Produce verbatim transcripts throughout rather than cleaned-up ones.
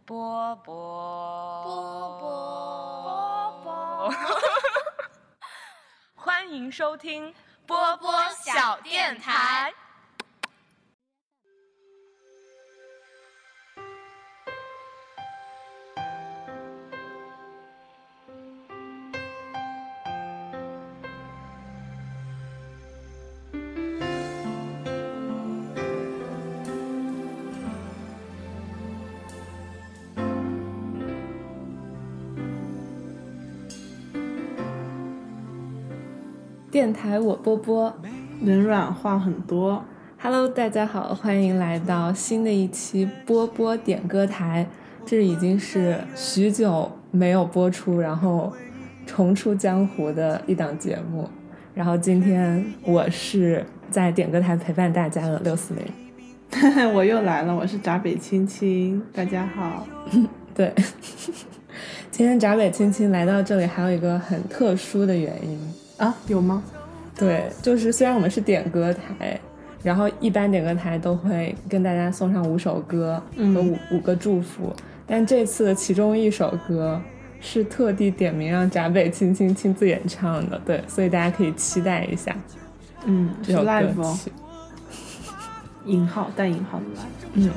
波波波波波，欢迎收听波波小电台。 电台我波波， 人软话很多。 Hello， 大家好，欢迎来到新的一期波波点歌台。这已经是许久没有播出，然后重出江湖的一档节目。然后今天我是在点歌台陪伴大家的六四零。 我又来了，我是闸北青青，大家好。 对，今天闸北青青来到这里还有一个很特殊的原因啊，有吗？ 对，就是虽然我们是点歌台，然后一般点歌台都会跟大家送上五首歌和五、嗯、五个祝福，但这次其中一首歌是特地点名让闸北青青亲自演唱的，对，所以大家可以期待一下。 嗯， 这首歌曲， live 哦，引号带引号的 live。 嗯。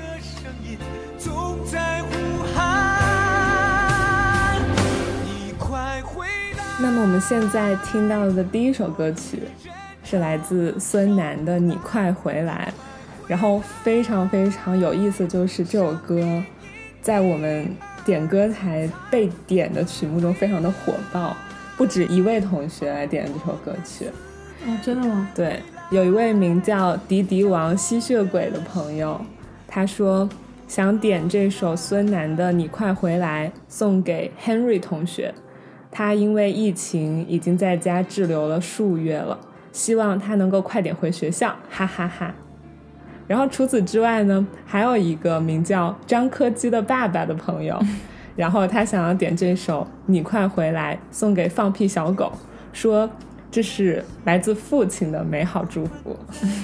那么我们现在听到的第一首歌曲是来自孙楠的《你快回来》，然后非常非常有意思，就是这首歌在我们点歌台被点的曲目中非常的火爆，不止一位同学来点这首歌曲。 哦，真的吗？ 对，有一位名叫迪迪王吸血鬼的朋友，他说想点这首孙楠的《你快回来》送给 Henry 同学，他因为疫情已经在家滞留了数月了，希望他能够快点回学校，哈哈哈哈。然后除此之外呢，还有一个名叫张柯基的爸爸的朋友，然后他想要点这首《你快回来》送给放屁小狗，说这是来自父亲的美好祝福。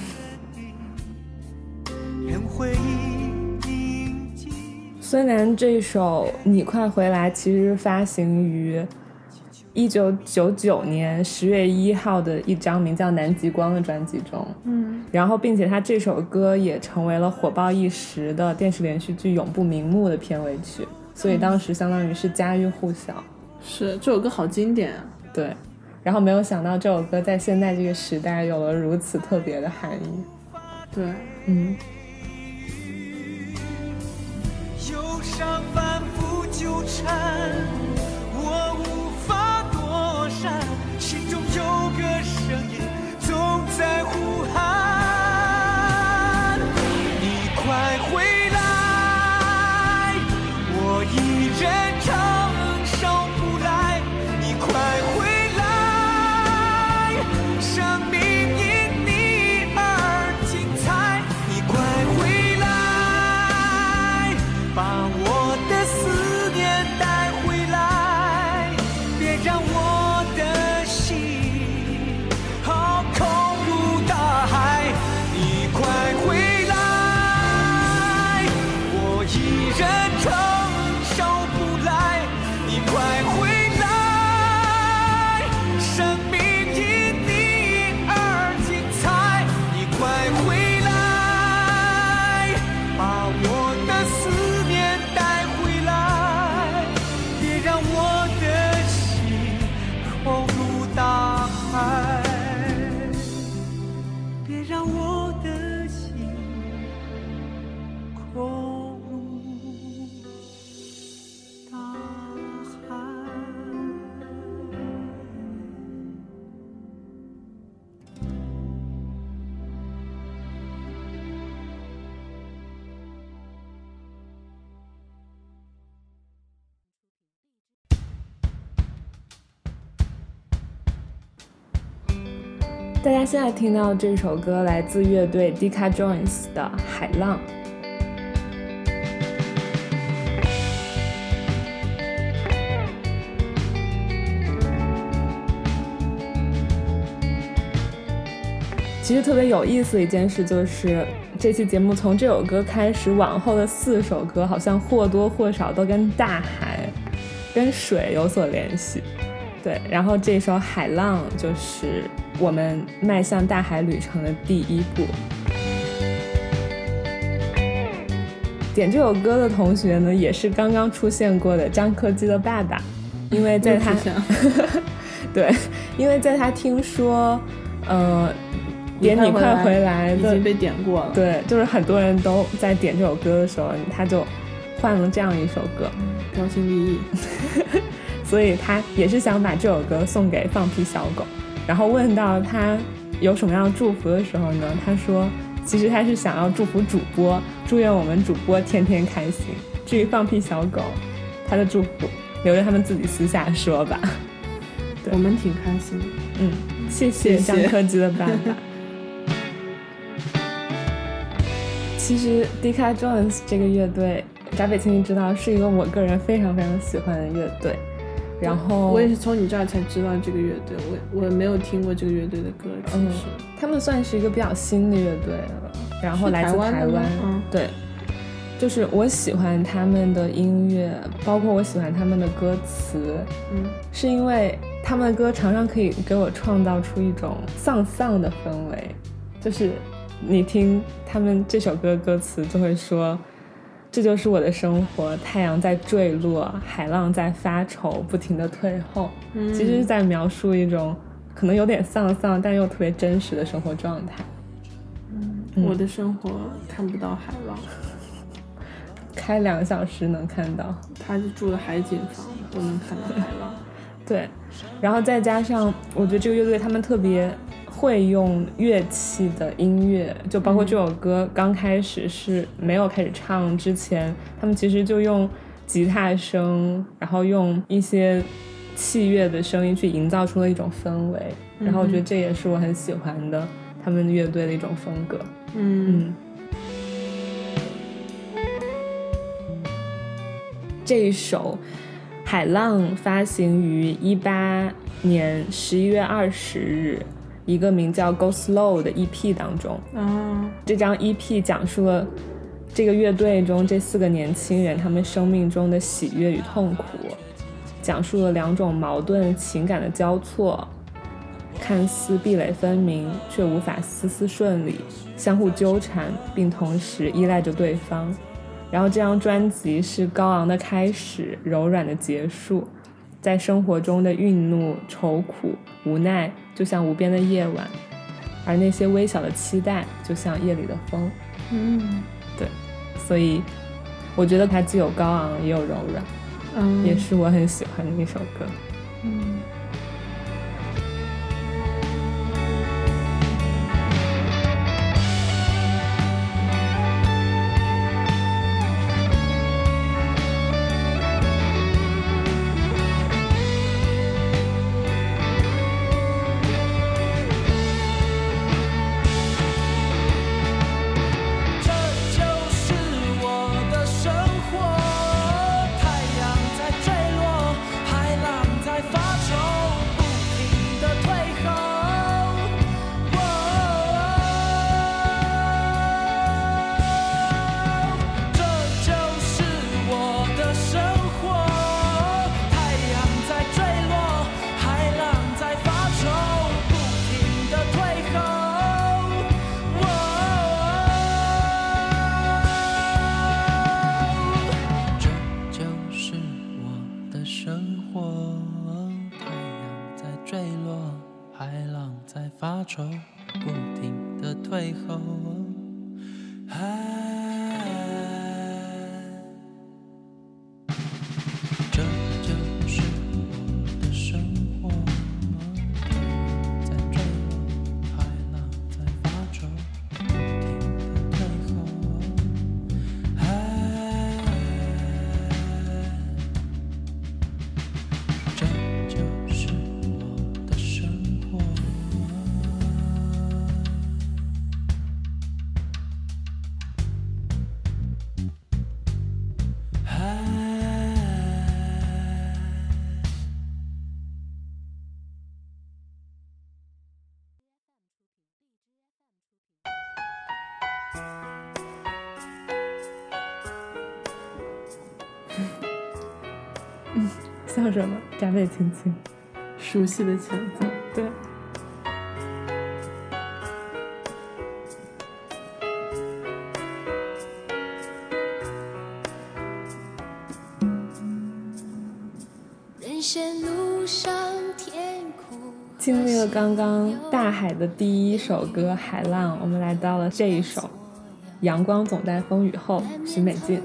孙楠这首《你快回来》其实发行于一九九九年十月一号的一张名叫《南极光》的专辑中， 嗯， 然后并且他这首歌也成为了火爆一时的电视连续剧《永不瞑目》的片尾曲，所以当时相当于是家喻户晓。 是，这首歌好经典啊。 对，然后没有想到这首歌在现在这个时代有了如此特别的含义。 对， 嗯。 忧伤反复纠缠，我无法躲闪，心中有个声音总在呼喊，你快回来，我一人承受不来，你快回来，生命因你而精彩，你快回来，把我的思念带回来，别让我的心好空如大海，你快回来，我一人承受不来，你快回来，生命因你而精彩，你快回来，把我的思念带回来，别让我的心空如大海，别让我的心空如大海。 大家现在听到这首歌来自乐队 Deca Joins 的《海浪》。其实特别有意思的一件事就是这期节目从这首歌开始往后的四首歌好像或多或少都跟大海跟水有所联系。对，然后这首海浪就是我们迈向大海旅程的第一步。点这首歌的同学呢，也是刚刚出现过的张柯基的爸爸，因为在他对，因为在他听说呃点你快回来已经被点过了， 对，就是很多人都在点这首歌的时候，他就换了这样一首歌， 标新立异所以他也是想把这首歌送给放屁小狗。然后问到他有什么样祝福的时候呢，他说其实他是想要祝福主播，祝愿我们主播天天开心。至于放屁小狗，他的祝福留着他们自己私下说吧。 我们挺开心的。 嗯，谢谢张柯基的爸爸。其实 Deca Joins 这个乐队，闸北青你知道是一个我个人非常非常喜欢的乐队。然后我也是从你这儿才知道这个乐队，我我没有听过这个乐队的歌。其实、嗯、 他们算是一个比较新的乐队了，然后来自台湾。 台湾嗯、 对，就是我喜欢他们的音乐，包括我喜欢他们的歌词， 嗯， 是因为他们的歌常常可以给我创造出一种丧丧的氛围，就是你听他们这首歌的歌词就会说，这就是我的生活，太阳在坠落，海浪在发愁，不停地退后、嗯、其实是在描述一种可能有点丧丧但又特别真实的生活状态。 嗯嗯、我的生活看不到海浪， 开两个小时能看到， 他就住的海景房都能看到海浪对，然后再加上我觉得这个乐队他们特别会用乐器的音乐，就包括这首歌刚开始是没有开始唱之前，他们其实就用吉他声，然后用一些器乐的声音去营造出了一种氛围、嗯、然后我觉得这也是我很喜欢的他们乐队的一种风格。 嗯嗯， 这一首海浪发行于一八年十一月二十日一个名叫 Go Slow 的 E P 当中、 哦、 这张 E P 讲述了这个乐队中这四个年轻人他们生命中的喜悦与痛苦，讲述了两种矛盾情感的交错，看似壁垒分明却无法丝丝顺利，相互纠缠并同时依赖着对方。然后这张专辑是高昂的开始，柔软的结束，在生活中的愠怒、愁苦、无奈就像无边的夜晚，而那些微小的期待就像夜里的风。 嗯， 对，所以我觉得它既有高昂也有柔软、 嗯、 也是我很喜欢的一首歌。 嗯， 不停地退后，这就是我的生活，太阳在坠落，海浪在发愁，不停地退后，这就是我的生活。 嗯，笑什么？闸北青青， 熟悉的前奏。 对。经历了刚刚大海的第一首歌《海浪》，我们来到了这一首《阳光总在风雨后》，许美静。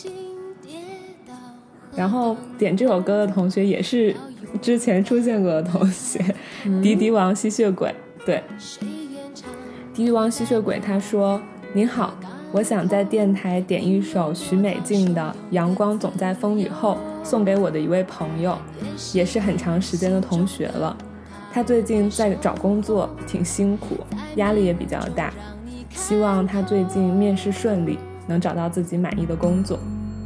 然后点这首歌的同学也是之前出现过的同学，嗯、迪迪王吸血鬼。对，迪迪王吸血鬼他说：“您好，我想在电台点一首许美静的《阳光总在风雨后》，送给我的一位朋友，也是很长时间的同学了。他最近在找工作，挺辛苦，压力也比较大，希望他最近面试顺利，能找到自己满意的工作。”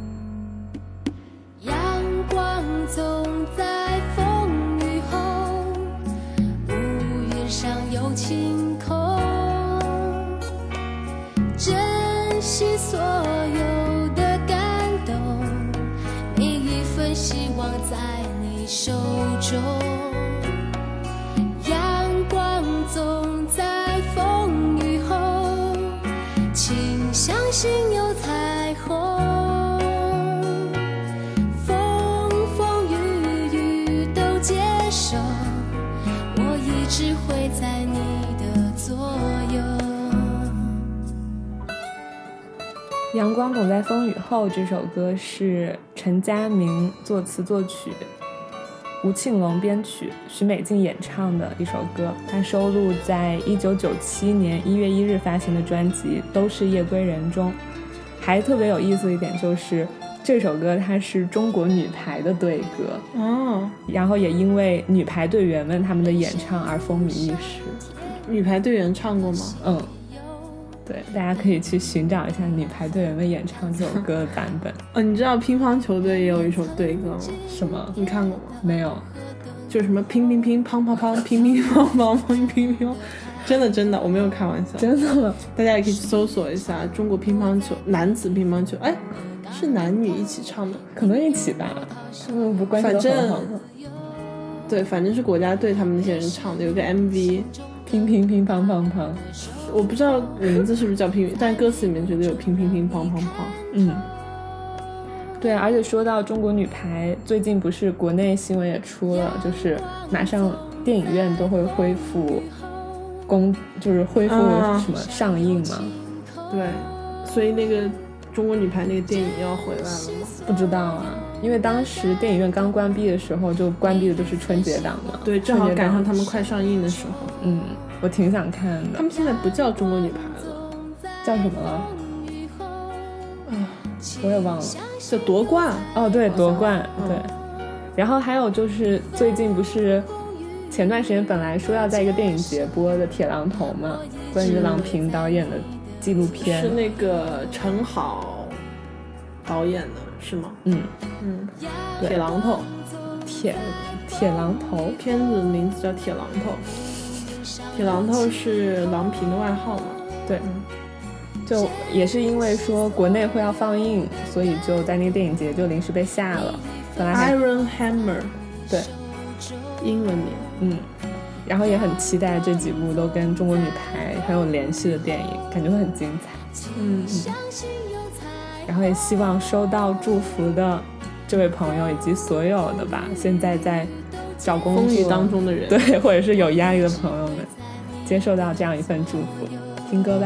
阳光总在风雨后，乌云上有晴空，珍惜所有的感动，每一份希望在你手中。总在风雨后，请相信有彩虹。风风雨雨都接受，我一直会在你的左右。 阳光总在风雨后这首歌是陈佳明作词作曲，吴庆隆编曲，许美静演唱的一首歌，它收录在一九九七年一月一日发行的专辑《都是夜归人》中。还特别有意思的一点就是这首歌它是中国女排的队歌哦， 然后也因为女排队员们他们的演唱而风靡一时。 女排队员唱过吗？ 嗯，对，大家可以去寻找一下女排队员们演唱这首歌的版本。 哦，你知道乒乓球队也有一首队歌吗？ 什么？ 你看过吗？ 没有。 就什么乒乒乒乓乓乓乒乒乓乓乒乒乓，真的真的，我没有开玩笑， 真的吗？ 大家也可以去搜索一下中国乒乓球男子乒乓球，哎，是男女一起唱的， 可能一起吧，他们不关系都很好的。 对，反正是国家队他们那些人唱的，有个 M V， 乒乒乒乓乓乓， 我不知道名字是不是叫乒乒，但歌词里面绝对有乒乒乒乓乓乓。 嗯。对，而且说到中国女排，最近不是国内新闻也出了，就是马上电影院都会恢复公，就是恢复什么上映嘛、 啊、对，所以那个中国女排那个电影要回来了吗？ 不知道啊，因为当时电影院刚关闭的时候就关闭的就是春节档嘛。 对，正好赶上他们快上映的时候。 嗯，我挺想看的。 他们现在不叫中国女排了， 叫什么了？ 啊， 我也忘了， 叫夺冠。 哦，对，夺冠、 嗯、 对。然后还有就是最近不是前段时间本来说要在一个电影节播的《铁榔头》嘛，关于郎平导演的纪录片， 是那个陈好导演的是吗？ 嗯嗯，铁榔头， 铁铁榔头， 片子的名字叫铁榔头。铁榔头是郎平的外号嘛？ 对。嗯，就也是因为说国内会要放映，所以就在那个电影节就临时被下了。本来还 Iron Hammer， 对， 英文名。 嗯，然后也很期待这几部都跟中国女排很有联系的电影，感觉会很精彩。 嗯嗯，然后也希望收到祝福的这位朋友以及所有的吧，现在在找工作风雨当中的人， 对，或者是有压力的朋友们，接受到这样一份祝福。听歌吧。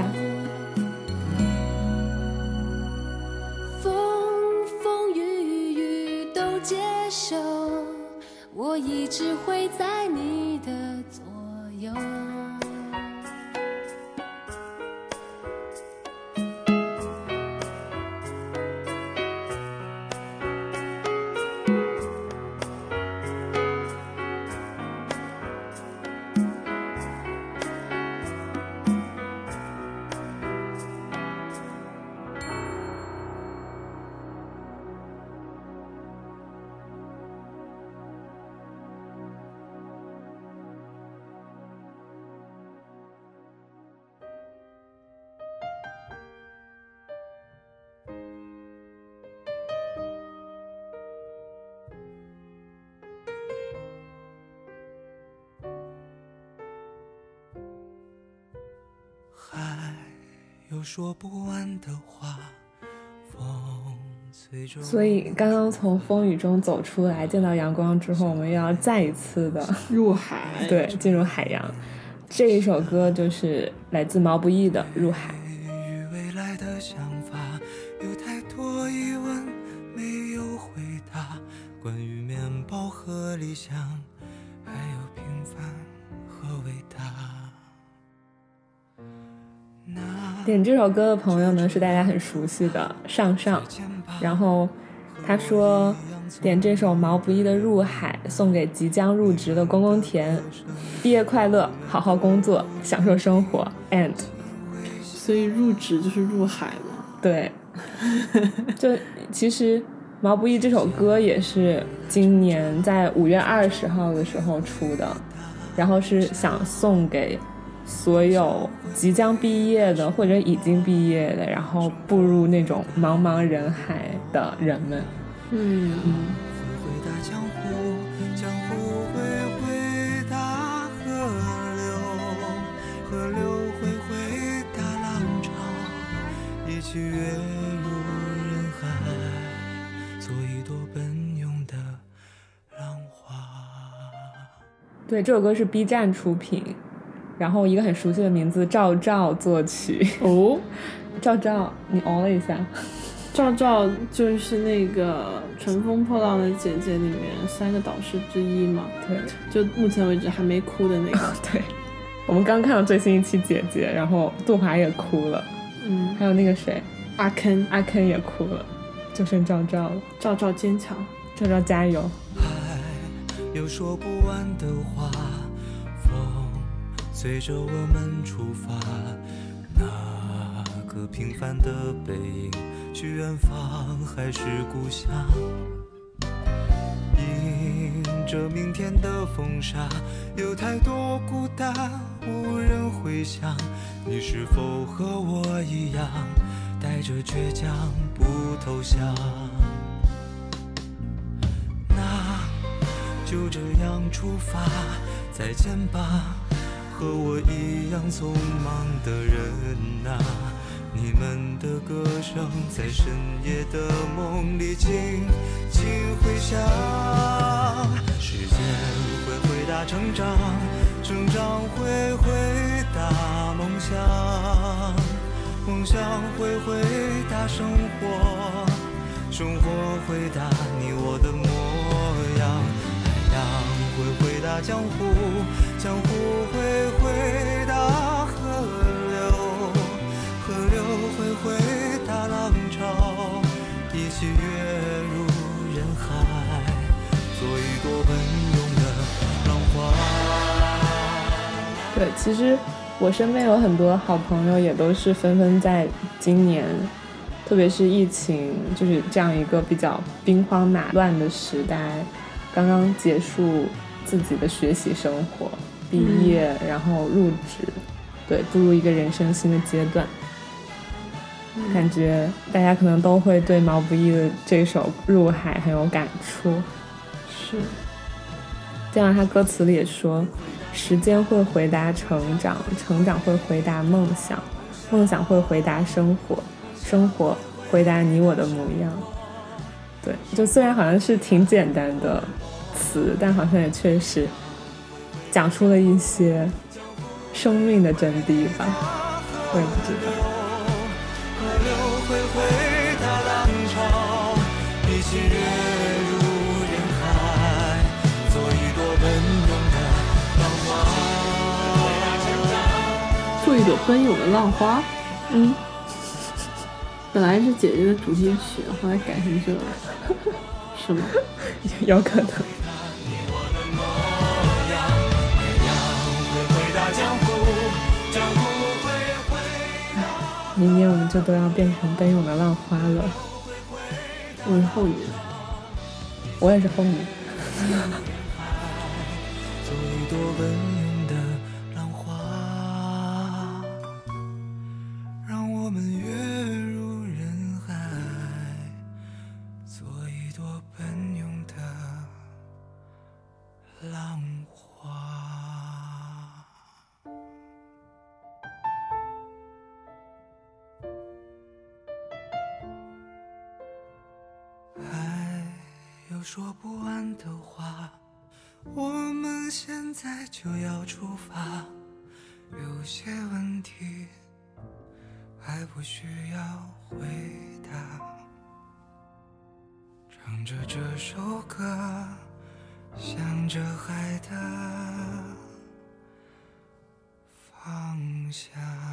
我一直会在你的左右。 说不完的话，风随着我所以刚刚从风雨中走出来，见到阳光之后，我们又要再一次的入海， 对进入海洋。这一首歌就是来自毛不易的《入海》。 与未来的想法，有太多疑问没有回答，关于面包和理想，还有平凡和伟大。 点这首歌的朋友呢，是大家很熟悉的上上，然后他说点这首毛不易的《入海》送给即将入职的公公田，毕业快乐，好好工作，享受生活 and 所以入职就是入海嘛。 对，就其实毛不易这首歌也是今年在五月二十号的时候出的，然后是想送给所有即将毕业的或者已经毕业的，然后步入那种茫茫人海的人们。 嗯嗯， 回答江湖，江湖会回答河流，河流会回答浪潮，一起跃入人海，做一朵奔涌的浪花。 对，这首歌是 B 站出品，然后一个很熟悉的名字赵照作曲。 哦， 赵照，你哦了一下。 赵照就是那个《乘风破浪的姐姐》里面三个导师之一嘛。 对， 就目前为止还没哭的那个。 对，我们刚看到最新一期姐姐，然后杜华也哭了， 嗯， 还有那个谁， 阿坑， 阿坑也哭了，就剩赵照了。 赵照坚强， 赵照加油！ 海有说不完的话，风随着我们出发，那个平凡的背影，去远方还是故乡？迎着明天的风沙，有太多孤单无人回响。你是否和我一样，带着倔强不投降？那就这样出发，再见吧，和我一样匆忙的人啊。你们的歌声在深夜的梦里轻轻回响，时间会回答成长，成长会回答梦想，梦想会回答生活，生活回答你我的模样，海洋会回答江湖，江湖会回答河流，河流会回答浪潮，一起跃入人海，做一朵奔涌的浪花。 对，其实我身边有很多好朋友，也都是纷纷在今年，特别是疫情就是这样一个比较兵荒马乱的时代，刚刚结束自己的学习生活，毕业，嗯、然后入职，对，步入一个人生新的阶段。嗯、感觉大家可能都会对毛不易的这首《入海》很有感触。 是， 这样他歌词里也说，时间会回答成长，成长会回答梦想，梦想会回答生活，生活回答你我的模样。对，就虽然好像是挺简单的词，但好像也确实讲出了一些生命的真谛吧，我也不知道。 河流会回答浪潮，一起跃入人海，做一朵奔涌的浪花， 做一朵奔涌的浪花。 嗯， 本来是姐姐的主题曲，后来改成这了，是吗？ 有可能。明年我们就都要变成奔涌的浪花了。 我是后年， 我也是后年。 做一朵奔涌的浪花，让我们跃入人海，做一朵奔涌的浪花。 说不完的话，我们现在就要出发，有些问题还不需要回答，唱着这首歌，向着海的方向。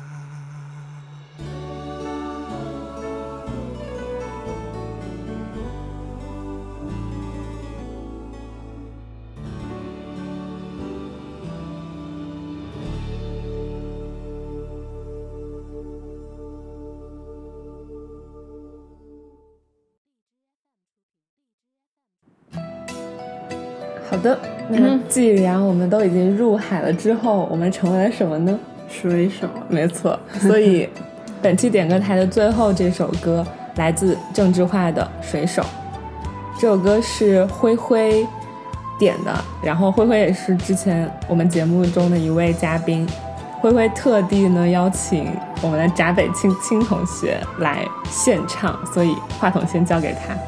好的，那既然我们都已经入海了之后，我们成为了什么呢？ 水手。 没错，所以本期点歌台的最后这首歌来自郑智化的《水手》。这首歌是灰灰点的，然后灰灰也是之前我们节目中的一位嘉宾，灰灰特地呢邀请我们的闸北青青同学来献唱，所以话筒先交给他。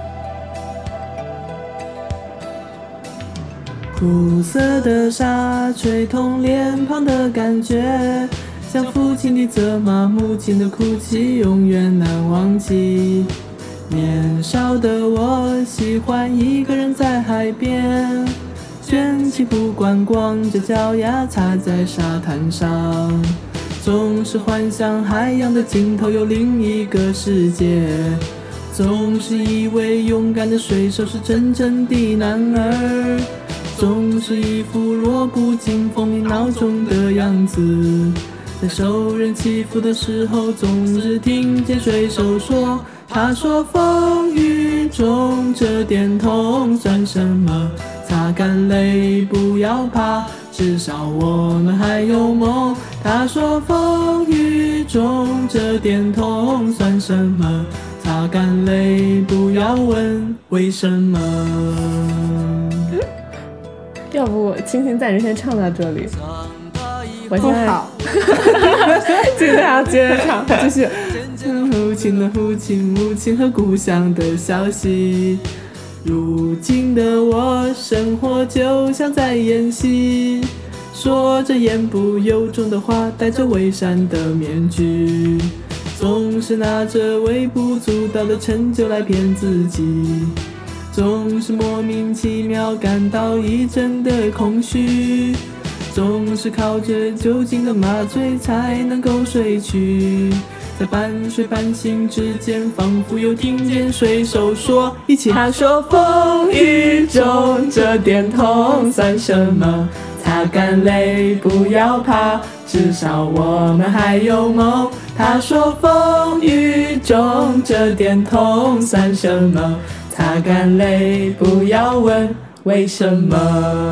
苦涩的沙吹痛脸庞的感觉，像父亲的责骂，母亲的哭泣，永远难忘记。年少的我喜欢一个人在海边，卷起布光，光着脚丫踩在沙滩上，总是幻想海洋的尽头有另一个世界，总是以为勇敢的水手是真正的男儿，总是一副弱不禁风你脑中的样子，在受人欺负的时候总是听见水手说，他说风雨中这点痛算什么，擦干泪不要怕，至少我们还有梦。他说风雨中这点痛算什么，擦干泪不要问为什么。 要不青青暂时先唱到这里，我现在好接着要接着唱，继续。 父亲的父亲，母亲和故乡的消息，如今的我生活就像在演戏，说着言不由衷的话，戴着伪善的面具，总是拿着微不足道的成就来骗自己，总是莫名其妙感到一阵的空虚，总是靠着酒精的麻醉才能够睡去，在半睡半醒之间，仿佛又听见水手说一起，他说风雨中这点痛算什么，擦干泪不要怕，至少我们还有梦。他说风雨中这点痛算什么，擦干泪不要问为什么。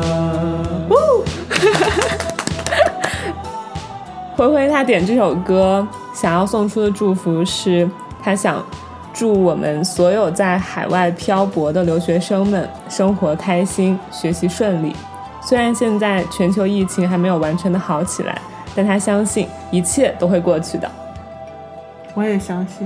灰灰他点这首歌想要送出的祝福是，他想祝我们所有在海外漂泊的留学生们生活开心，学习顺利。虽然现在全球疫情还没有完全的好起来，但他相信一切都会过去的。 我也相信。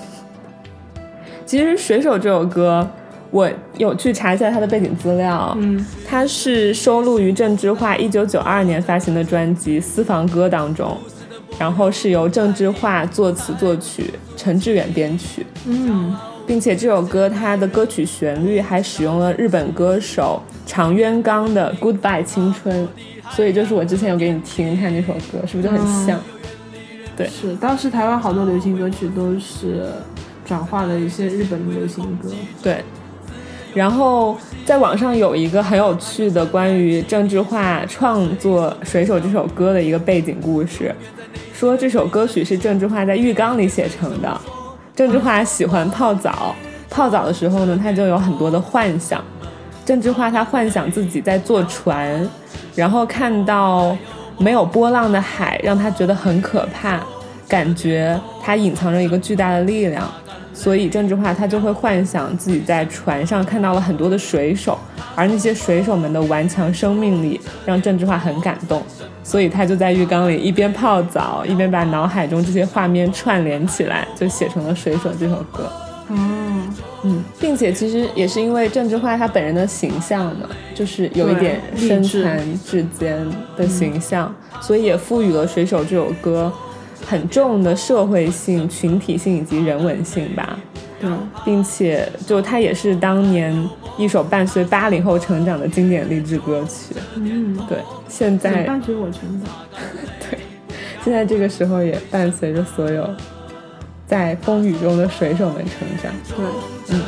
其实《水手》这首歌我有去查一下它的背景资料， 嗯， 它是收录于郑智化一九九二年发行的专辑《私房歌》当中，然后是由郑智化作词作曲，陈志远编曲， 嗯， 并且这首歌它的歌曲旋律还使用了日本歌手长渊刚的《Goodbye 青春》，所以就是我之前有给你听他那首歌，是不是就很像？嗯、对， 是当时台湾好多流行歌曲都是转化了一些日本的流行歌， 对。然后在网上有一个很有趣的关于郑智化创作《水手》这首歌的一个背景故事，说这首歌曲是郑智化在浴缸里写成的。郑智化喜欢泡澡，泡澡的时候呢，他就有很多的幻想。郑智化他幻想自己在坐船，然后看到没有波浪的海，让他觉得很可怕，感觉他隐藏着一个巨大的力量。所以郑智化他就会幻想自己在船上看到了很多的水手，而那些水手们的顽强生命力让郑智化很感动，所以他就在浴缸里一边泡澡一边把脑海中这些画面串联起来，就写成了《水手》这首歌。 嗯， 嗯，并且其实也是因为郑智化他本人的形象嘛，就是有一点身残志坚的形象，所以也赋予了《水手》这首歌很重的社会性、群体性以及人文性吧。 对， 并且就它也是当年一首伴随八零后成长的经典励志歌曲。 嗯， 对，现在伴随我成长。 对，现在这个时候也伴随着所有在风雨中的水手们成长。 对， 嗯。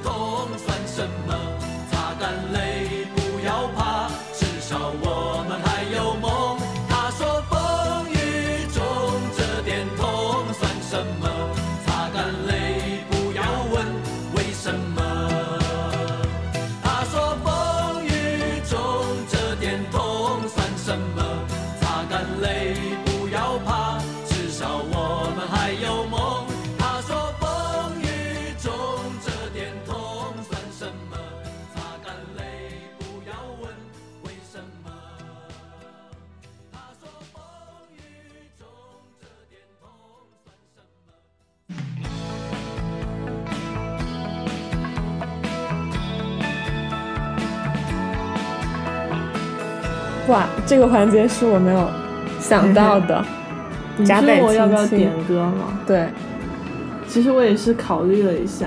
哇，这个环节是我没有想到的。 你知道我要不要点歌吗？ 对， 其实我也是考虑了一下，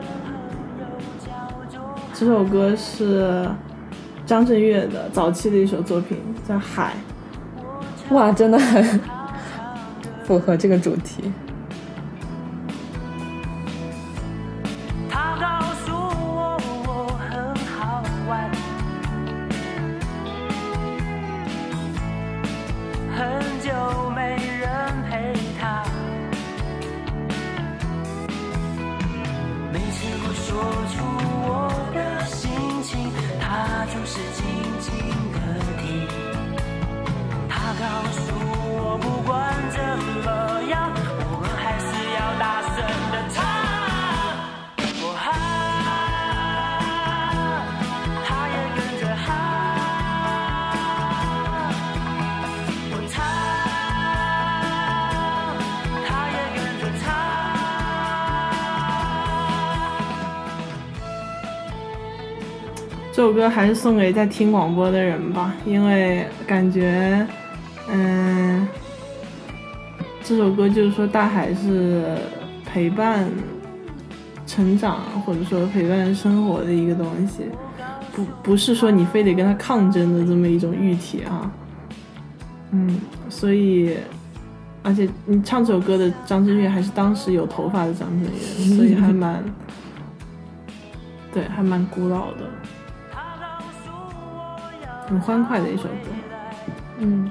这首歌是张震岳的早期的一首作品，叫《海》。 哇，真的很符合这个主题。 他告诉我我很好玩，很久没人陪他，每次我说出我的心情，他就是静静的听。他告诉我不管怎么样，我们还是要大声的唱。我喊，他也跟着喊。我唱，他也跟着唱。 这首歌还是送给在听广播的人吧，因为感觉嗯，这首歌就是说大海是陪伴成长或者说陪伴生活的一个东西，不不是说你非得跟他抗争的这么一种喻体啊。嗯，所以而且你唱这首歌的张震岳还是当时有头发的张震岳，所以还蛮对，还蛮古老的，很欢快的一首歌。 嗯，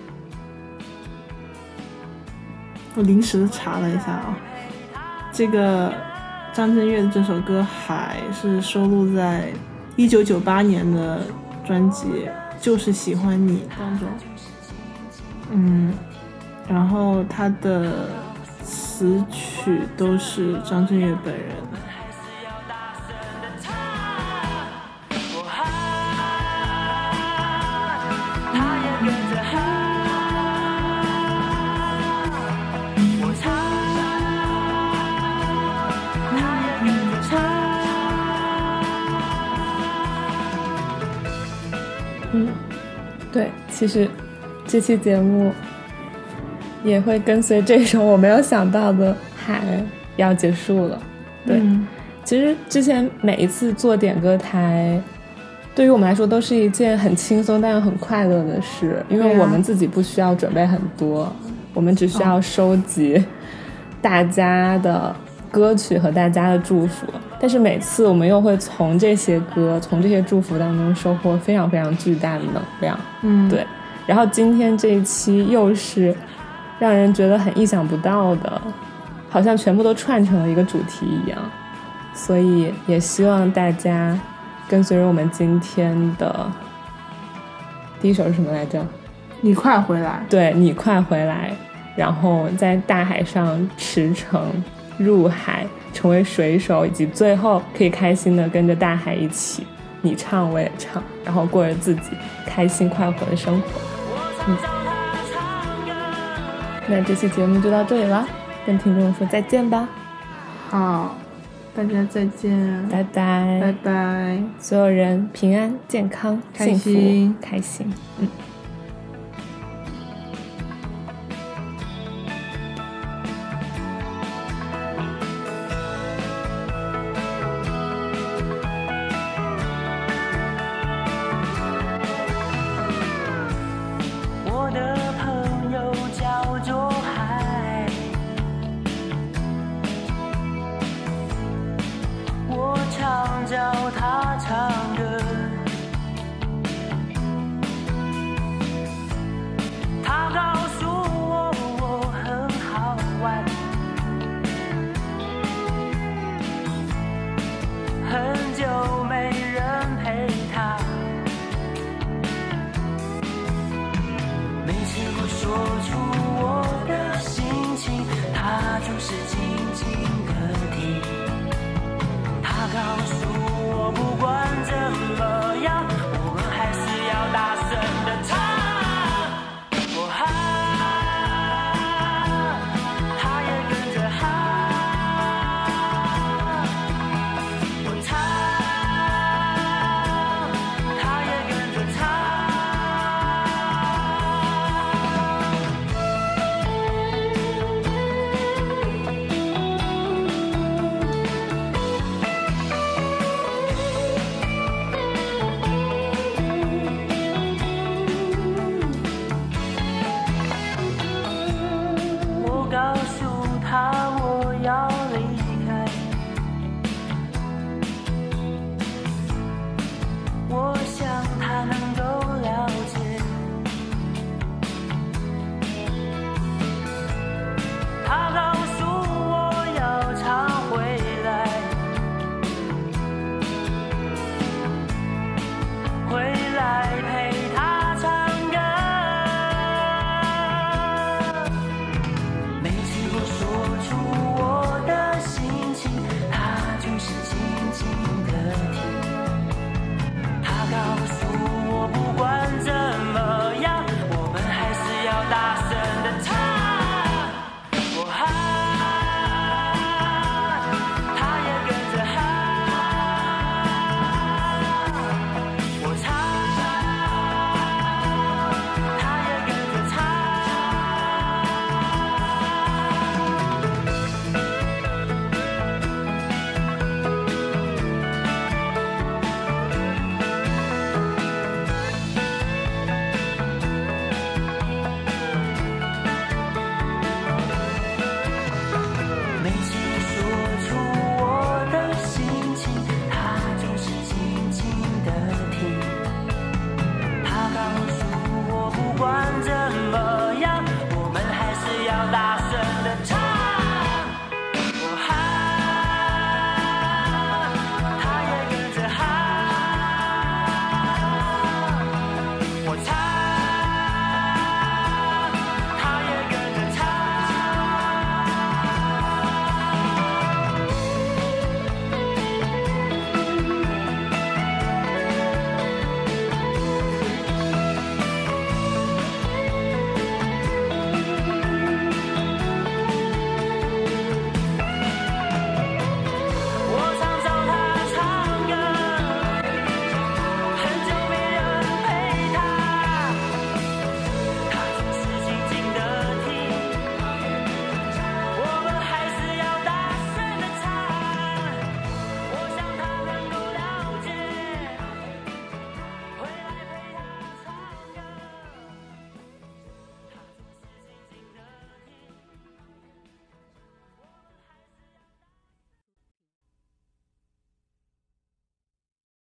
我临时的查了一下啊，这个张震岳的这首歌《海》是收录在一九九八年的专辑《就是喜欢你》当中。嗯，然后他的词曲都是张震岳本人。 嗯，对，其实这期节目也会跟随这首我没有想到的海要结束了。对、嗯，其实之前每一次做点歌台对于我们来说都是一件很轻松但又很快乐的事，因为我们自己不需要准备很多、啊、我们只需要收集大家的歌曲和大家的祝福，但是每次我们又会从这些歌从这些祝福当中收获非常非常巨大的能量。 嗯， 对，然后今天这一期又是让人觉得很意想不到的，好像全部都串成了一个主题一样，所以也希望大家跟随着我们今天的第一首是什么来着？ 你快回来。对， 你快回来，然后在大海上驰骋入海，成为水手，以及最后可以开心的跟着大海一起，你唱我也唱，然后过着自己开心快活的生活。嗯，那这期节目就到这里了，跟听众说再见吧。 好， 大家再见， 拜拜， 拜拜， 所有人平安、健康、 开幸心福、开心。嗯。 我的朋友叫做海，我常找他唱歌，他告诉我我很好玩，很久